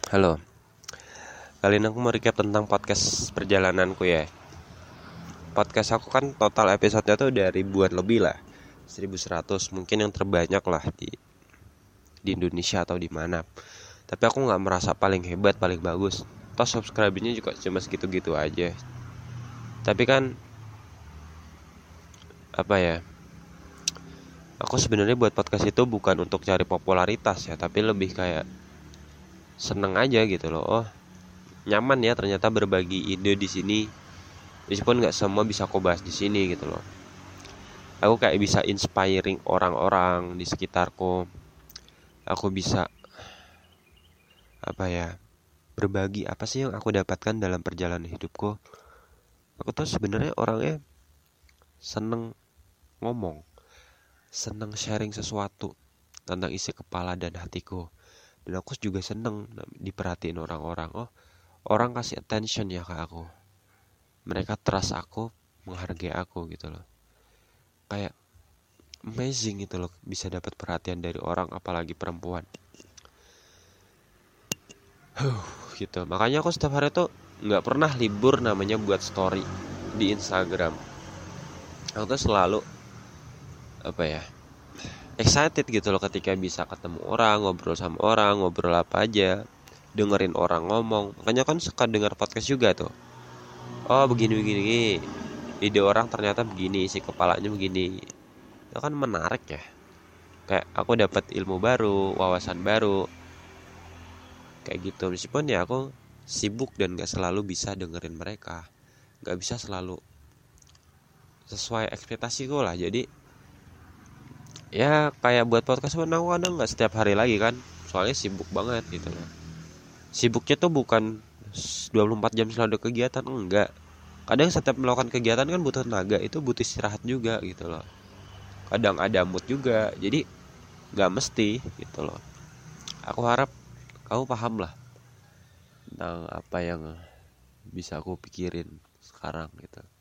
Halo, kali ini aku mau recap tentang podcast perjalananku ya. Podcast aku kan total episodenya tuh udah ribuan lebih lah, 1100 mungkin yang terbanyak lah di Indonesia atau di mana. Tapi aku nggak merasa paling hebat, paling bagus. Toh subscribe-nya juga cuma segitu-gitu aja. Tapi kan apa ya? Aku sebenarnya buat podcast itu bukan untuk cari popularitas ya, tapi lebih kayak seneng aja gitu loh. Oh, nyaman ya ternyata berbagi ide di sini. Meskipun nggak semua bisa aku bahas di sini gitu loh. Aku kayak bisa inspiring orang-orang di sekitarku. Aku bisa apa ya, berbagi apa sih yang aku dapatkan dalam perjalanan hidupku. Aku tuh sebenarnya orangnya seneng ngomong, seneng sharing sesuatu tentang isi kepala dan hatiku. Dan aku juga seneng diperhatiin orang-orang. Oh, orang kasih attention ya ke aku. Mereka trust aku, menghargai aku gitu loh. Kayak amazing gitu loh, bisa dapat perhatian dari orang, apalagi perempuan. Gitu. Makanya aku setiap hari tuh nggak pernah libur namanya buat story di Instagram. Aku tuh selalu apa ya, excited gitu loh ketika bisa ketemu orang, ngobrol sama orang, ngobrol apa aja, dengerin orang ngomong. Makanya kan suka denger podcast juga tuh. Oh, begini begini, ide orang ternyata begini, isi kepalanya begini. Itu kan menarik ya. Kayak aku dapat ilmu baru, wawasan baru, kayak gitu. Meskipun ya aku sibuk dan gak selalu bisa dengerin mereka, gak bisa selalu sesuai ekspektasiku lah. Jadi ya kayak buat podcast pun aku kadang nggak setiap hari lagi kan, soalnya sibuk banget gitu loh. Sibuknya tuh bukan 24 jam selalu ada kegiatan, enggak. Kadang setiap melakukan kegiatan kan butuh tenaga, itu butuh istirahat juga gitu loh. Kadang ada mood juga, jadi nggak mesti gitu loh. Aku harap kamu paham lah tentang apa yang bisa aku pikirin sekarang gitu.